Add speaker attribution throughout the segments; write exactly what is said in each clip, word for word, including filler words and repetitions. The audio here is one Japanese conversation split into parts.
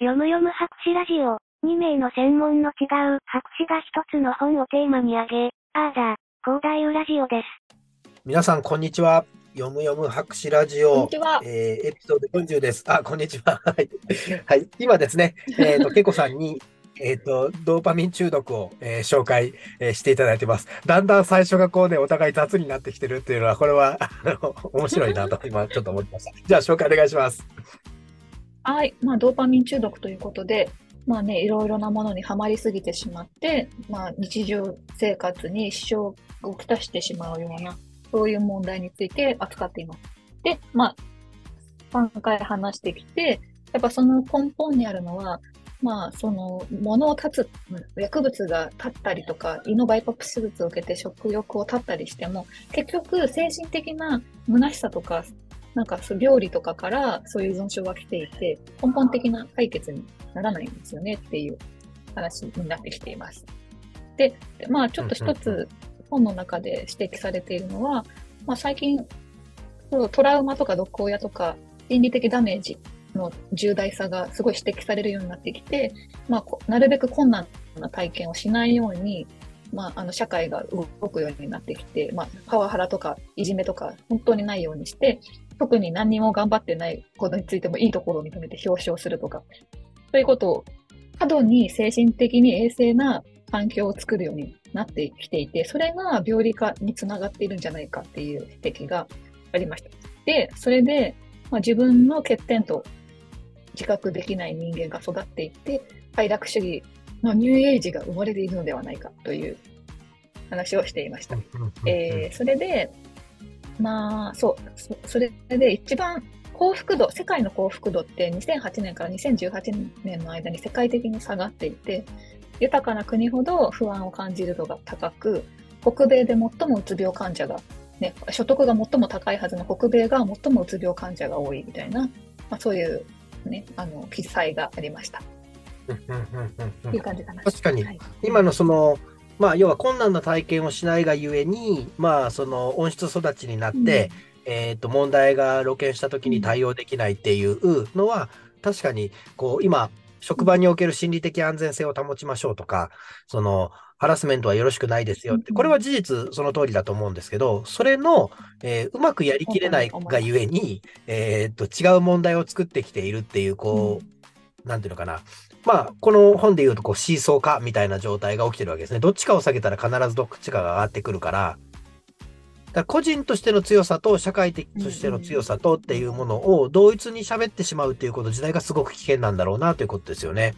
Speaker 1: よむよむ博士ラジオ。に名の専門の違う博士が一つの本をテーマに挙げ、あーだ、広大ラジオです。
Speaker 2: 皆さん、こんにちは。よむよむ博士ラジオ、
Speaker 3: こんにちは。
Speaker 2: えーエピソードよんじゅうです。あ、こんにちは。はい。はい。今ですね、えっと、けこさんに、えっと、ドーパミン中毒を、えー紹介、えーしていただいてます。だんだん最初がこうね、お互い雑になってきてるっていうのは、これは、あの、面白いなと、今、ちょっと思いました。じゃあ、紹介お願いします。
Speaker 3: はい。まあ、ドーパミン中毒ということで、まあね、いろいろなものにはまりすぎてしまって、まあ、日常生活に支障をきたしてしまうような、そういう問題について扱っています。で、まあ、さんかい話してきて、やっぱその根本にあるのは、まあ、その、物を断つ、薬物が立ったりとか、胃のバイパス手術を受けて食欲を断ったりしても、結局、精神的な虚しさとか、なんかそう病理とかからそういう依存症が来ていて、根本的な解決にならないんですよねっていう話になってきています。で、でまあちょっと一つ本の中で指摘されているのは、まあ最近、そうトラウマとか毒親とか心理的ダメージの重大さがすごい指摘されるようになってきて、まあこなるべく困難な体験をしないように、まあ、あの社会が動くようになってきて、まあ、パワハラとかいじめとか本当にないようにして、特に何にも頑張ってないことについてもいいところを認めて表彰するとか、そういうことを過度に精神的に衛生な環境を作るようになってきていて、それが病理化につながっているんじゃないかっていう指摘がありました。で、それで、まあ、自分の欠点と自覚できない人間が育っていって、快楽主義のニューエイジが生まれているのではないかという話をしていました。えー、それで、まあ、そう、そそれで一番幸福度、世界の幸福度ってにせんはちねんからにせんじゅうはちねんの間に世界的に下がっていて、豊かな国ほど不安を感じる度が高く、北米で最もうつ病患者が、ね、所得が最も高いはずの北米が最もうつ病患者が多いみたいな、まあ、そういう、ね、あの記載がありました。っていう感じかな。
Speaker 2: 確かに、
Speaker 3: はい、
Speaker 2: 今のその、まあ、要は困難な体験をしないがゆえに、まあ、その温室育ちになって、うん、えっと、問題が露見したときに対応できないっていうのは、うん、確かに、こう、今、職場における心理的安全性を保ちましょうとか、その、ハラスメントはよろしくないですよって、これは事実その通りだと思うんですけど、それの、えー、うまくやりきれないがゆえに、えっと、違う問題を作ってきているっていう、こう、うん、なんていうのかな。まあ、この本で言うと、こう、シーソー化みたいな状態が起きてるわけですね。どっちかを下げたら必ずどっちかが上がってくるから、だから個人としての強さと社会的としての強さとっていうものを同一に喋ってしまうっていうこと自体がすごく危険なんだろうなということですよね。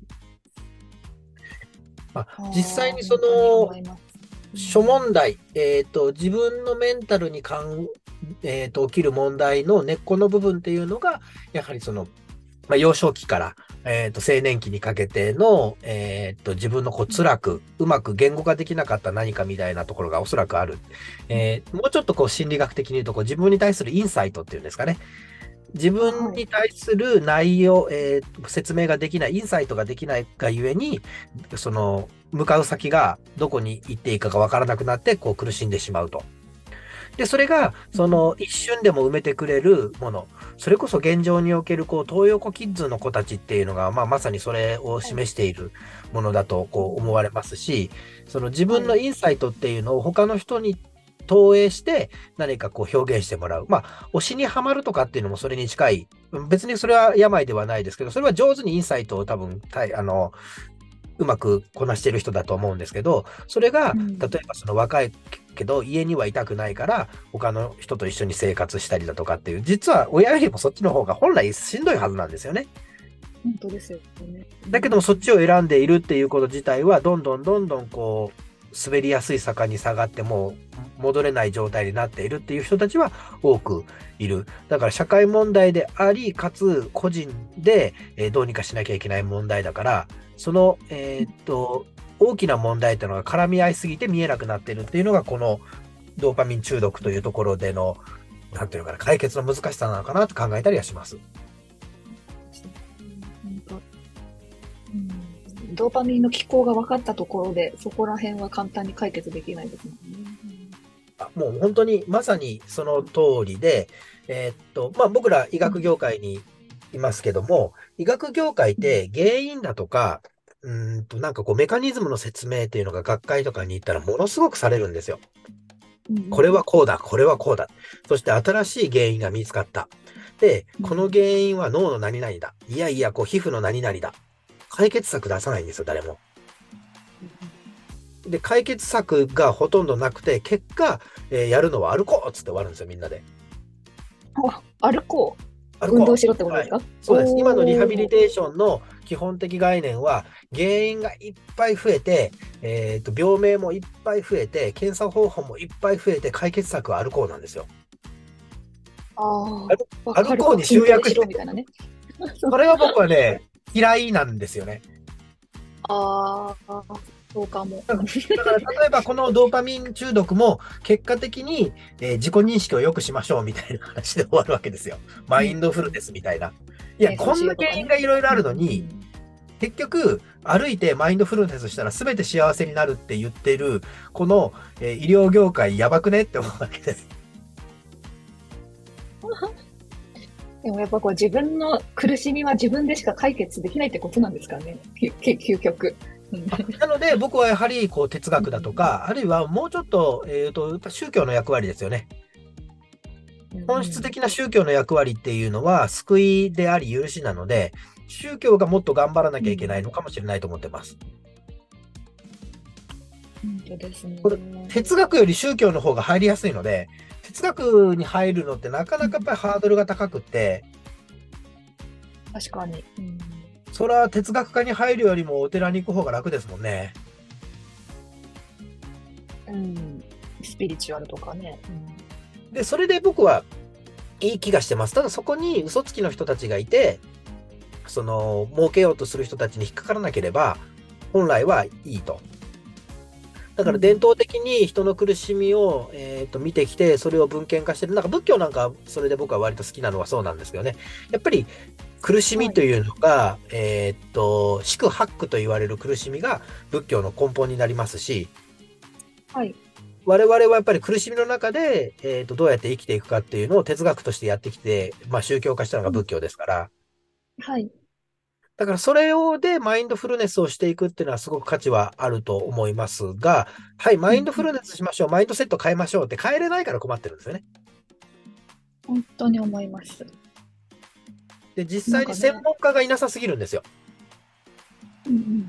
Speaker 2: まあ、実際にその、諸問題、えっと、自分のメンタルにかん、えっと、起きる問題の根っこの部分っていうのが、やはりその、まあ、幼少期から、えっと、青年期にかけての、えっと、自分のこう辛く、うまく言語化できなかった何かみたいなところがおそらくある。えー、もうちょっとこう心理学的に言うとこう、自分に対するインサイトっていうんですかね。自分に対する内容、えー、説明ができない、インサイトができないがゆえに、その、向かう先がどこに行っていいかがわからなくなって、こう苦しんでしまうと。で、それが、その、一瞬でも埋めてくれるもの。それこそ現状における、こう、東洋キッズの子たちっていうのが、まあ、まさにそれを示しているものだと、こう、思われますし、その自分のインサイトっていうのを他の人に投影して何かこう表現してもらう。まあ、推しにはまるとかっていうのもそれに近い。別にそれは病ではないですけど、それは上手にインサイトを多分、あの、うまくこなしている人だと思うんですけど、それが、例えばその若いけど家にはいたくないから他の人と一緒に生活したりだとかっていう、実は親よりもそっちの方が本来しんどいはずなんですよね。
Speaker 3: 本当ですよね。
Speaker 2: だけどもそっちを選んでいるっていうこと自体はどんどんどんどんこう滑りやすい坂に下がっても戻れない状態になっているっていう人たちは多くいる。だから社会問題であり、かつ個人でどうにかしなきゃいけない問題だから、その、えー、っと、大きな問題というのが絡み合いすぎて見えなくなっているっていうのが、このドーパミン中毒というところでの、なんていうのかな、解決の難しさなのかなと考えたりはします。
Speaker 3: ドーパミンの機構が分かったところで、そこら辺は簡単に解決できないですもんね。
Speaker 2: あ、もう本当にまさにその通りで、えー、っと、まあ僕ら医学業界にいますけども、医学業界って原因だとか、うーんと、なんかこうメカニズムの説明っていうのが学会とかに行ったらものすごくされるんですよ。これはこうだ、これはこうだ。そして新しい原因が見つかった。で、この原因は脳の何々だ。いやいや、こう皮膚の何々だ。解決策出さないんですよ、誰も。で、解決策がほとんどなくて、結果、えーやるのは歩こうっつって終わるんですよ、みんなで。
Speaker 3: あ、歩こう。
Speaker 2: 歩こう。
Speaker 3: 運動しろってことですか？
Speaker 2: はい、そうです。
Speaker 3: おー
Speaker 2: 今のリハビリテーションの基本的概念は、原因がいっぱい増えて、えっと、病名もいっぱい増えて、検査方法もいっぱい増えて、解決策は歩こうなんですよ。
Speaker 3: あ
Speaker 2: 歩
Speaker 3: あ、わかる
Speaker 2: 歩こうに集約して
Speaker 3: 筋トレしろみたいなね。
Speaker 2: それは僕はね、嫌いなんですよね。
Speaker 3: ああ、そうかも。
Speaker 2: だから例えばこのドーパミン中毒も結果的に、えー自己認識を良くしましょうみたいな話で終わるわけですよ。マインドフルネスみたいな。いや、
Speaker 3: ね
Speaker 2: こんな原因がいろいろあるのに、
Speaker 3: うん
Speaker 2: 結局歩いてマインドフルネスしたら全て幸せになるって言ってる、この、えー医療業界やばくねって思うわけです。
Speaker 3: でもやっぱこう自分の苦しみは自分でしか解決できないってことなんですかね。きき究極。うん
Speaker 2: なので僕はやはりこう哲学だとか、あるいはもうちょっと、えーと、やっぱ宗教の役割ですよね。本質的な宗教の役割っていうのは救いであり許しなので、宗教がもっと頑張らなきゃいけないのかもしれないと思ってます。
Speaker 3: 本当ですね。
Speaker 2: これ哲学より宗教の方が入りやすいので、哲学に入るのってなかなかやっぱりハードルが高くって、
Speaker 3: 確かに。うん
Speaker 2: それは哲学科に入るよりもお寺に行く方が楽ですもんね。
Speaker 3: うん、スピリチュアルとかね。
Speaker 2: で、それで僕はいい気がしてます。ただそこに嘘つきの人たちがいて、その、儲けようとする人たちに引っかからなければ、本来はいいと。だから伝統的に人の苦しみを、えーと見てきて、それを文献化してる。なんか仏教なんか、それで僕は割と好きなのはそうなんですけどね。やっぱり苦しみというのが、えーっと、四苦八苦と言われる苦しみが仏教の根本になりますし、
Speaker 3: はい。
Speaker 2: 我々はやっぱり苦しみの中で、えーと、どうやって生きていくかっていうのを哲学としてやってきて、まあ宗教化したのが仏教ですから、
Speaker 3: はい。
Speaker 2: だからそれをでマインドフルネスをしていくっていうのはすごく価値はあると思いますが、はい、マインドフルネスしましょう、マインドセット変えましょうって変えれないから困ってるんですよね。
Speaker 3: 本当に思います。
Speaker 2: で、実際に専門家がいなさすぎるんですよ。
Speaker 3: うんうん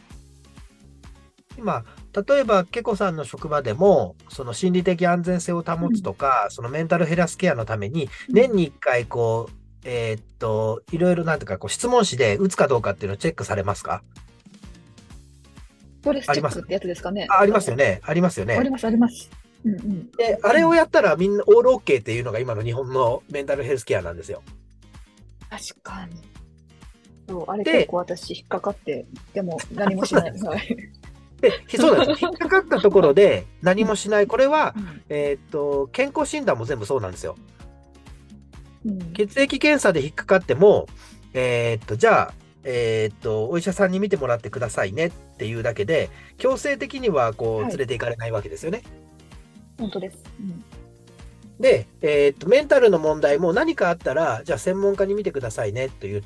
Speaker 2: 今、例えば、ケコさんの職場でも、その心理的安全性を保つとか、そのメンタルヘルスケアのために、年にいっかい、こう、えーっと、いろいろなんていうか、こう質問紙で打つかどうかっていうのをチェックされますか？
Speaker 3: ストレスチェックってやつですかね。
Speaker 2: あ、ありますよね。ありますよね。
Speaker 3: あります、あります。うんうん。
Speaker 2: で、あれをやったらみんなオールオッケーっていうのが今の日本のメンタルヘルスケアなんですよ。
Speaker 3: 確かに。そう、あれ
Speaker 2: で
Speaker 3: 結構私引っかかって、でも何もしない。はい。
Speaker 2: で、そうなんです。引っかかったところで何もしない。これは、
Speaker 3: うん
Speaker 2: えーっと、健康診断も全部そうなんですよ。
Speaker 3: うん
Speaker 2: 血液検査で引っかかっても、えーっと、じゃあ、えーっと、お医者さんに見てもらってくださいねっていうだけで、強制的にはこう
Speaker 3: はい
Speaker 2: 連れて行かれないわけですよね。
Speaker 3: 本当です。うん
Speaker 2: で、えーっと、メンタルの問題も何かあったら、じゃあ専門家に見てくださいねと言って、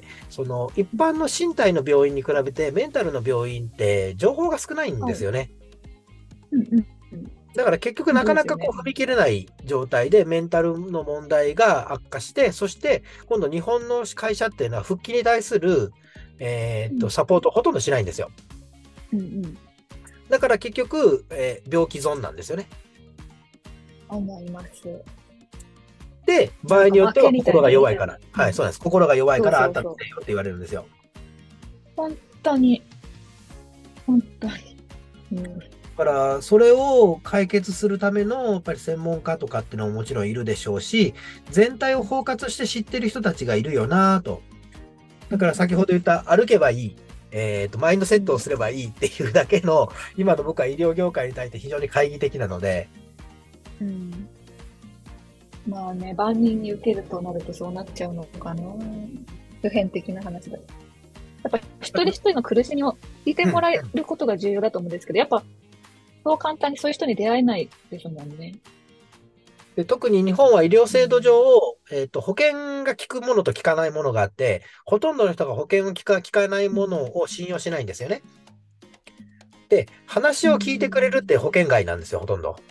Speaker 2: その一般の身体の病院に比べてメンタルの病院って情報が少ないんですよね。
Speaker 3: うんうん
Speaker 2: だから結局なかなかこう
Speaker 3: そうですよね
Speaker 2: 踏み切れない状態でメンタルの問題が悪化して、そして今度日本の会社っていうのは復帰に対する、えーっと、サポートをほとんどしないんですよ。
Speaker 3: うんうん。
Speaker 2: だから結局、えー病気損なんですよね。
Speaker 3: 思います。
Speaker 2: で、場合によっては心が弱いから。
Speaker 3: 負けみたいなね
Speaker 2: はい、そうなんです。心が弱いからあんた
Speaker 3: そうそうそう
Speaker 2: ってよって言われるんですよ。
Speaker 3: 本当に、本当に。うん
Speaker 2: だから、それを解決するための、やっぱり専門家とかっていうのももちろんいるでしょうし、全体を包括して知ってる人たちがいるよなぁと。だから先ほど言った歩けばいい、えっと、マインドセットをすればいいっていうだけの、今の僕は医療業界に対して非常に懐疑的なので、
Speaker 3: うんまあね、万人に受けるとなるとそうなっちゃうのかな。普遍的な話だ。やっぱ一人一人の苦しみを聞いてもらえることが重要だと思うんですけど、やっぱそう簡単にそういう人に出会えないですもんね。
Speaker 2: で、特に日本は医療制度上、えっと、保険が効くものと効かないものがあって、ほとんどの人が保険を効か、効かないものを信用しないんですよね。で、話を聞いてくれるって保険外なんですよ、ほとんど。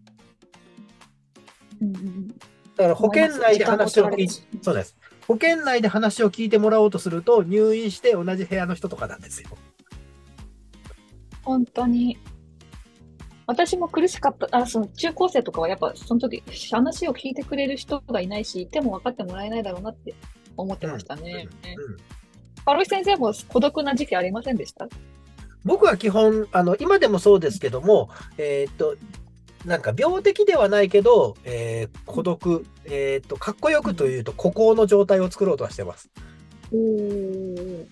Speaker 3: うんうん、
Speaker 2: だから保険内で話を聞いて、そうです。保険内で話を聞いてもらおうとすると、入院して同じ部屋の人とかなんですよ。
Speaker 3: 本当に。私も苦しかった。あ、その中高生とかはやっぱその時話を聞いてくれる人がいないし、いても分かってもらえないだろうなって思ってましたね。うんうん、パロイ先生も孤独な時期ありませんでした？
Speaker 2: 僕は基本、あの、今でもそうですけども、えー、っと、なんか病的ではないけど、えー、孤独、えー、っと、かっこよくというと、孤高の状態を作ろうとはしてます。
Speaker 3: おー。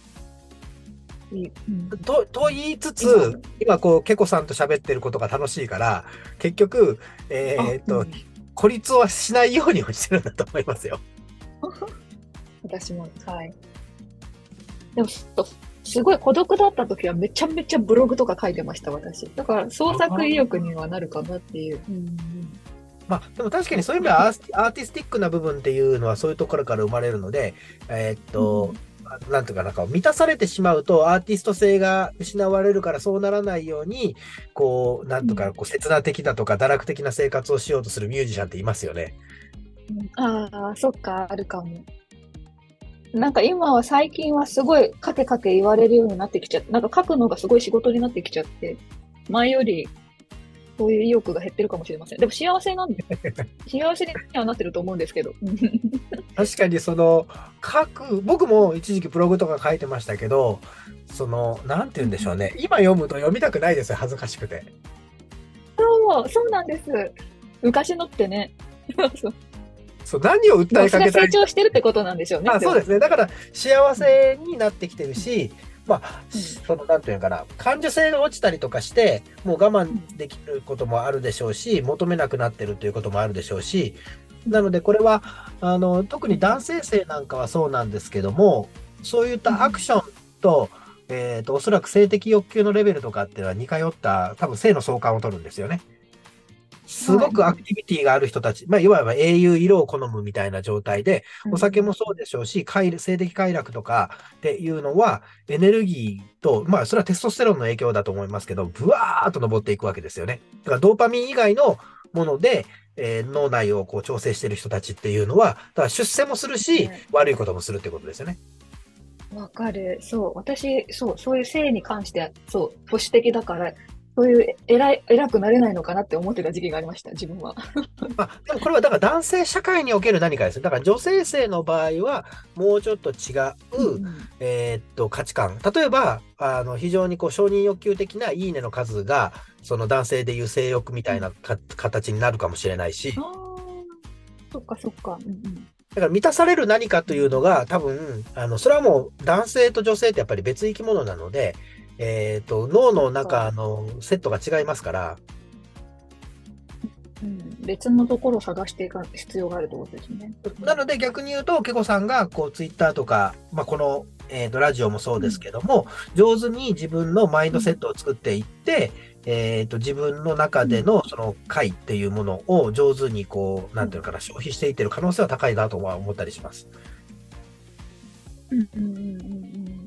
Speaker 2: うん、と、と言いつつ、今こう、ケコさんと喋ってることが楽しいから、結局、えー、っと、うん、孤立はしないようにはしてるんだと思いますよ。
Speaker 3: 私も、はい。でも、すごい孤独だった時はめちゃめちゃブログとか書いてました、私。だから創作意欲にはなるかなっていう。うん、
Speaker 2: まあ、でも確かにそういう意味ではアーティスティックな部分っていうのはそういうところから生まれるので、えー、っと、うん、なんていうかなんか満たされてしまうとアーティスト性が失われるからそうならないように、こう、なんとかこう刹那的だとか堕落的な生活をしようとするミュージシャンっていますよね。
Speaker 3: うん、ああ、そっか、あるかも。なんか今は最近はすごいかけかけ言われるようになってきちゃって、なんか書くのがすごい仕事になってきちゃって、前よりそういう意欲が減ってるかもしれません。でも幸せなんで、幸せにはなってると思うんですけど。
Speaker 2: 確かにその、書く、僕も一時期ブログとか書いてましたけど、その、なんて言うんでしょうね。今読むと読みたくないですよ、恥ずかしくて。
Speaker 3: そう、そうなんです。昔のってね。
Speaker 2: そう、何を訴えかけたい。
Speaker 3: 成長してるってことなんでしょうね。
Speaker 2: あ、そうですね。だから、幸せになってきてるし、まあ、うん、その、なんていうのかな、感受性が落ちたりとかして、もう我慢できることもあるでしょうし、求めなくなってるということもあるでしょうし、なので、これは、あの、特に男性性なんかはそうなんですけども、そういったアクションと、うん、えっと、おそらく性的欲求のレベルとかっていうのは似通った、多分性の相関を取るんですよね。すごくアクティビティがある人たち、まあ、いわば英雄色を好むみたいな状態で、お酒もそうでしょうし、快性的快楽とかっていうのは、エネルギーと、まあ、それはテストステロンの影響だと思いますけど、ブワーっと登っていくわけですよね。だからドーパミン以外のもので、えー、脳内をこう調整している人たちっていうのは、だから出世もするし、ね、悪いこともするってことですよね。
Speaker 3: わかる。そう。私、そう、そういう性に関して、そう、保守的だから、そういう偉い、偉くなれないのかなって思ってた時期がありました、自分は。
Speaker 2: まあ、でもこれはだから男性社会における何かです。だから女性性の場合は、もうちょっと違う、うん、えー、っと、価値観。例えば、あの、非常にこう、承認欲求的ないいねの数が、その男性でいう性欲みたいなか、うん、形になるかもしれないし。
Speaker 3: ああ、そっかそっか。うんうん、
Speaker 2: だから満たされる何かというのが、多分、あの、それはもう男性と女性ってやっぱり別生き物なので、えっと、脳の中のセットが違いますから。
Speaker 3: うん、別のところを探していく必要があるってことですね。
Speaker 2: なので逆に言うと、ケコさんがこうツイッターとか、まあ、この、えーと、ラジオもそうですけども、うん、上手に自分のマインドセットを作っていって、うん、えっと、自分の中でのその回っていうものを上手にこう、なんていうのかな、消費していってる可能性は高いなとは思ったりします。
Speaker 3: うんうんうんうんうん。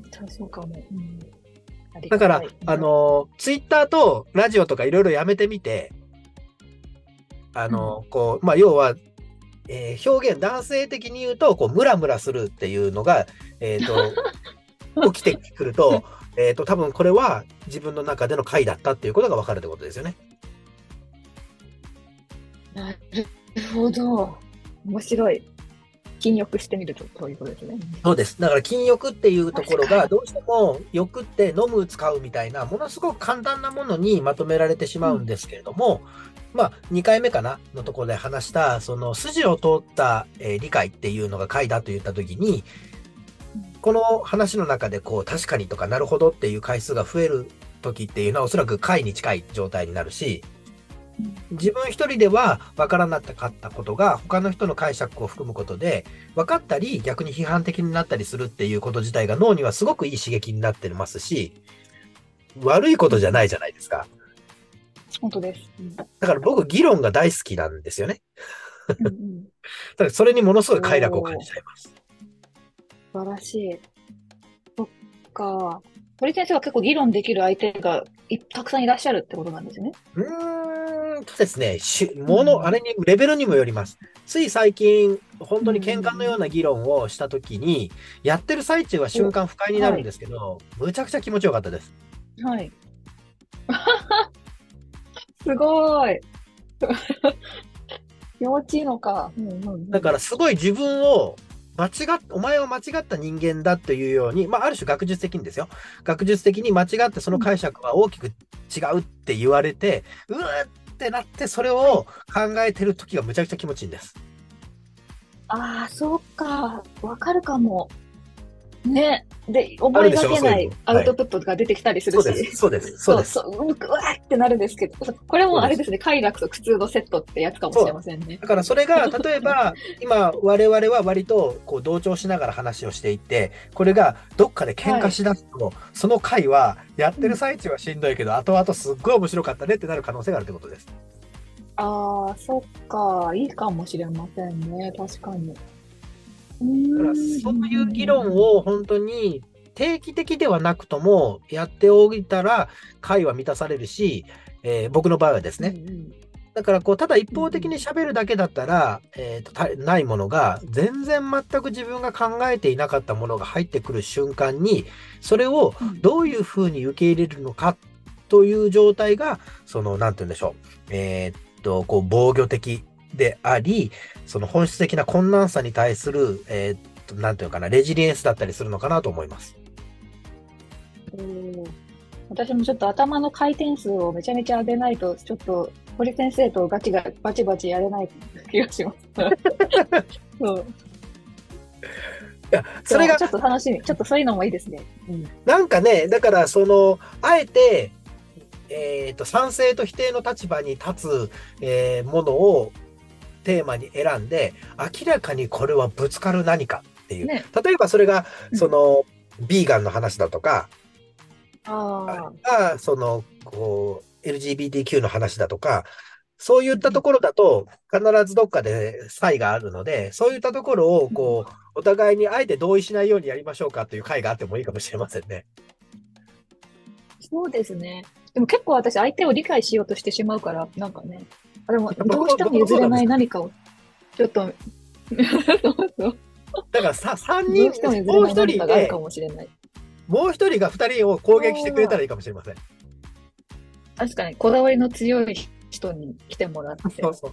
Speaker 3: そうかも。うん、
Speaker 2: だから、あの、ツイッターとラジオとかいろいろやめてみて、あの、うん、こう、まあ、要は、えー、表現、男性的に言うと、こう、ムラムラするっていうのが、えっと、起きてくると、えっと、多分これは自分の中での回だったっていうことが分かるってことですよね。
Speaker 3: なるほど。面白い。禁欲してみると、そういうことですね。
Speaker 2: そうです。だから禁欲っていうところが、どうしても欲って飲む、使うみたいな、ものすごく簡単なものにまとめられてしまうんですけれども、うん、まあ、にかいめかなのところで話した、その筋を通った、えー、理解っていうのが解だと言ったときに、この話の中で、こう、確かにとかなるほどっていう回数が増える時っていうのは、おそらく解に近い状態になるし、自分一人では分からなかったことが他の人の解釈を含むことで分かったり逆に批判的になったりするっていうこと自体が脳にはすごくいい刺激になってますし、悪いことじゃないじゃないですか。
Speaker 3: 本当です。うん。
Speaker 2: だから僕、議論が大好きなんですよね。
Speaker 3: うんうん。
Speaker 2: だからそれにものすごい快楽を感じ
Speaker 3: おー、
Speaker 2: ちゃいます。
Speaker 3: 素晴らしい。そっか。堀先生は結構議論できる相手がいたくさんいらっしゃるってことなんですね。
Speaker 2: うーんとですね、し、
Speaker 3: うんう
Speaker 2: もの、あれ
Speaker 3: ん。
Speaker 2: に、レベルにもよります。つい最近、本
Speaker 3: うんう
Speaker 2: 当に喧嘩のよう
Speaker 3: ん
Speaker 2: な議論をしたときに、やってる最中は
Speaker 3: うん。
Speaker 2: 瞬間不快に
Speaker 3: お、
Speaker 2: なるん
Speaker 3: はい。
Speaker 2: ですけど、むちゃくちゃ気持ちよかったです。
Speaker 3: はい。すごい。気持ちいいのか。うんうんうん。
Speaker 2: だからすごい自分を間違っ、お前は間違った人間だというように、まあある種学術的にですよ。学術的に間違ってその
Speaker 3: うん。
Speaker 2: 解釈は大きく違うって言われて、うーってなってそれ
Speaker 3: はい。
Speaker 2: を考えてる時がむちゃくちゃ気持ちいいんです。
Speaker 3: ああ、そうか。わかるかも。ね。で、
Speaker 2: あるで
Speaker 3: 思いがけ
Speaker 2: しょそういうの。
Speaker 3: ないアウ
Speaker 2: はい。
Speaker 3: トプットが出てきたりする
Speaker 2: そうです。
Speaker 3: し。
Speaker 2: そうです。そう
Speaker 3: そう、そ
Speaker 2: です。
Speaker 3: う、うわーってなるんですけど、これ
Speaker 2: そうです。
Speaker 3: もあれですね、快楽と苦痛のセットってやつかもし
Speaker 2: そう。
Speaker 3: れませんね。
Speaker 2: だからそれが、例えば、今、我々は割とこう同調しながら話をしていて、これがどっかで喧嘩
Speaker 3: はい。
Speaker 2: しだすと、その回は、やってる
Speaker 3: うん。
Speaker 2: 最中はしんどいけど、後々すっごい面白かったねってなる可能性があるってことです。
Speaker 3: ああ、そっか。いいかもしれませんね。確かに。うーん。
Speaker 2: だから、
Speaker 3: うん
Speaker 2: そういう議
Speaker 3: うんうん
Speaker 2: 論を本当に定期的ではなくともやっておいたら、会は満たされるし、えー僕の場合はです
Speaker 3: うん。う
Speaker 2: ね、
Speaker 3: んうん。
Speaker 2: だからこう、ただ一方的
Speaker 3: うん
Speaker 2: に喋るだけだったら、えーと、たないものが、全然全く自分が考えていなかったものが入ってくる瞬間に、それを
Speaker 3: うん。
Speaker 2: どういうふうに受け入れるのかという状態が、その、なんて言うんでしょう。えーっと、こう、防御的であり、その本質的な困難さに対する、えーっと、なんていうのかな、レジリエンスだったりするのかなと思います。
Speaker 3: おー、私もちょっと頭の回転数をめちゃめちゃ上げないと、ちょっと堀先生とガチが、バチバチやれない気がします。そう。
Speaker 2: いや、それが、
Speaker 3: でもちょっと楽しみ。ちょっとそういうのもいいですね。うん。
Speaker 2: なんかね、だから、その、あえて、えっと、賛成と否定の立場に立つ、えーものをテーマに選んで、明らかにこれはぶつかる何かっていう。
Speaker 3: ね。
Speaker 2: 例えばそれが、
Speaker 3: うん。
Speaker 2: その、ビーガンの話だとか、ある
Speaker 3: ああ、
Speaker 2: いは、その、こう、エルジービーティーキュー の話だとか、そうい
Speaker 3: うんうん。
Speaker 2: ったところだと、必ずどっかで差異があるので、そういったところを、
Speaker 3: うん。
Speaker 2: こう、お互いにあえて同意しないようにやりましょうかという会があってもいいかもしれませんね。
Speaker 3: そうですね。でも結構私相手を理解しようとしてしまうから、なんかね。あ、でも
Speaker 2: いや僕も、
Speaker 3: どうしても
Speaker 2: 僕もそ
Speaker 3: 譲れない
Speaker 2: うなんですよ。
Speaker 3: 何かを、ちょっと、そうそう。
Speaker 2: だからさ、三人、
Speaker 3: どうしても譲れ
Speaker 2: もう
Speaker 3: ない何かがある
Speaker 2: 一人で、
Speaker 3: かもしれない。
Speaker 2: もう一人が二人を攻撃してくれた
Speaker 3: ああ、
Speaker 2: らいいかもしれません。
Speaker 3: 確かにこだわりの強い人に来てもらって。
Speaker 2: そうそう。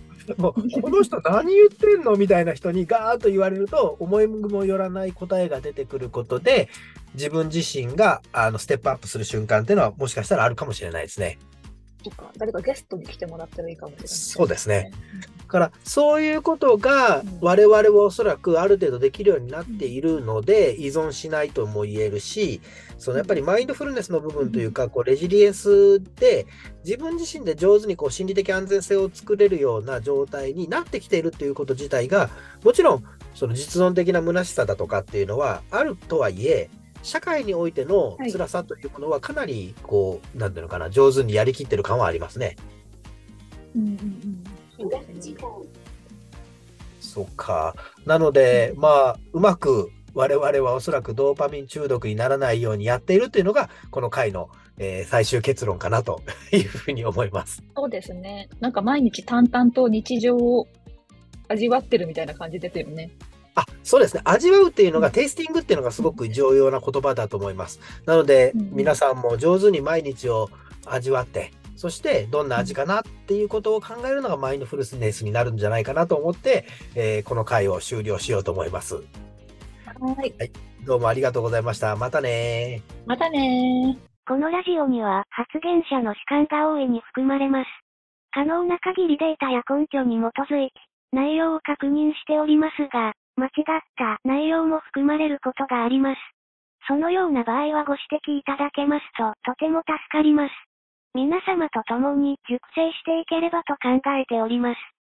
Speaker 2: もう、この人何言ってんのみたいな人にガーッと言われると、思いもよらない答えが出てくることで、自分自身が、あの、ステップアップする瞬間っていうのは、もしかしたらあるかもしれないですね。
Speaker 3: とか、誰かゲストに来てもらったらいいかもしれません
Speaker 2: そうですね。
Speaker 3: ね。
Speaker 2: だから、そういうことが
Speaker 3: うん。
Speaker 2: 我々はおそらくある程度できるようになっ
Speaker 3: うん。
Speaker 2: ているので、依存しないとも言えるし、そのやっぱりマインドフルネスの部
Speaker 3: うん。
Speaker 2: 分というか、こうレジリエンスで自分自身で上手にこう心理的安全性を作れるような状態になってきているということ自体が、もちろんその実存的な虚しさだとかっていうのはあるとはいえ、社会においての
Speaker 3: はい。
Speaker 2: 辛さというものはかなりこう、なんていうのかな、上手にやりきってる感はありますね。
Speaker 3: うんうんうん。そうですね。
Speaker 2: そっか。なの
Speaker 3: うん。
Speaker 2: で、まあ、うまく我々はおそらくドーパミン中毒にならないようにやっているというのが、この回の、えー最終結論かなというふうに思います。
Speaker 3: そうですね。なんか毎日淡々と日常を味わってるみたいな感じですよね。
Speaker 2: あ、そうですね。味わうっていうのが、
Speaker 3: うん。
Speaker 2: テイスティングっていうのがす
Speaker 3: うん。
Speaker 2: ごく重要な言葉だと思います。なので、
Speaker 3: うんうん。
Speaker 2: 皆さんも上手に毎日を味わって、そしてどんな
Speaker 3: うん。
Speaker 2: 味かなっていうことを考えるのがマインドフルネスになるんじゃないかなと思って、えーこの回を終了しようと思います。
Speaker 3: はーい。
Speaker 2: はい。どうもありがとうございました。またねー。
Speaker 3: またねー。
Speaker 1: このラジオには発言者の主観が大いに含まれます。可能な限りデータや根拠に基づいて内容を確認しておりますが、間違った内容も含まれることがあります。そのような場合はご指摘いただけますととても助かります。皆様と共に熟成していければと考えております。